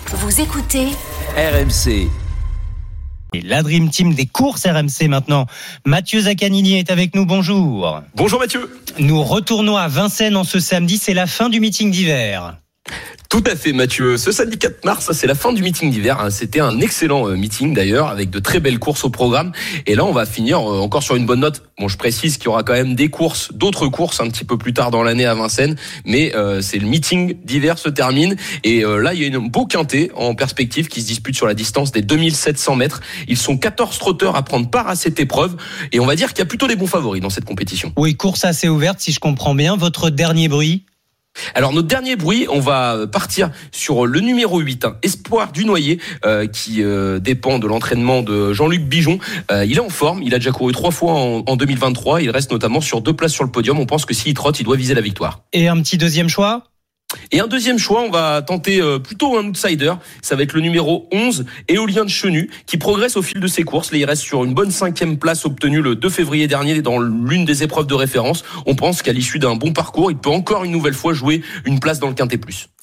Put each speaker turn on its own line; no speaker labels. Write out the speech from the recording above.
Vous écoutez
RMC.
Et la Dream Team des courses RMC maintenant. Mathieu Zaccanini est avec nous, bonjour.
Bonjour Mathieu.
Nous retournons à Vincennes en ce samedi, c'est la fin du meeting d'hiver.
Tout à fait Mathieu, ce samedi 4 mars, c'est la fin du meeting d'hiver. C'était un excellent meeting d'ailleurs, avec de très belles courses au programme. Et là on va finir encore sur une bonne note. Bon, je précise qu'il y aura quand même d'autres courses un petit peu plus tard dans l'année à Vincennes. Mais c'est le meeting d'hiver se termine. Et là il y a un beau quintet en perspective qui se dispute sur la distance des 2700 mètres. Ils sont 14 trotteurs à prendre part à cette épreuve. Et on va dire qu'il y a plutôt des bons favoris dans cette compétition.
Oui, course assez ouverte si je comprends bien. Votre dernier bruit ?
Alors notre dernier bruit, on va partir sur le numéro 8, Espoir du Noyer, qui dépend de l'entraînement de Jean-Luc Bijon. Il est en forme, il a déjà couru 3 fois en 2023, il reste notamment sur 2 places sur le podium. On pense que s'il trotte, il doit viser la victoire.
Et un petit deuxième choix ?
Et un deuxième choix, on va tenter plutôt un outsider. Ça va être le numéro 11, Éolien de Chenu, qui progresse au fil de ses courses. Là, il reste sur une bonne 5e place obtenue le 2 février dernier dans l'une des épreuves de référence. On pense qu'à l'issue d'un bon parcours, il peut encore une nouvelle fois jouer une place dans le Quintet Plus.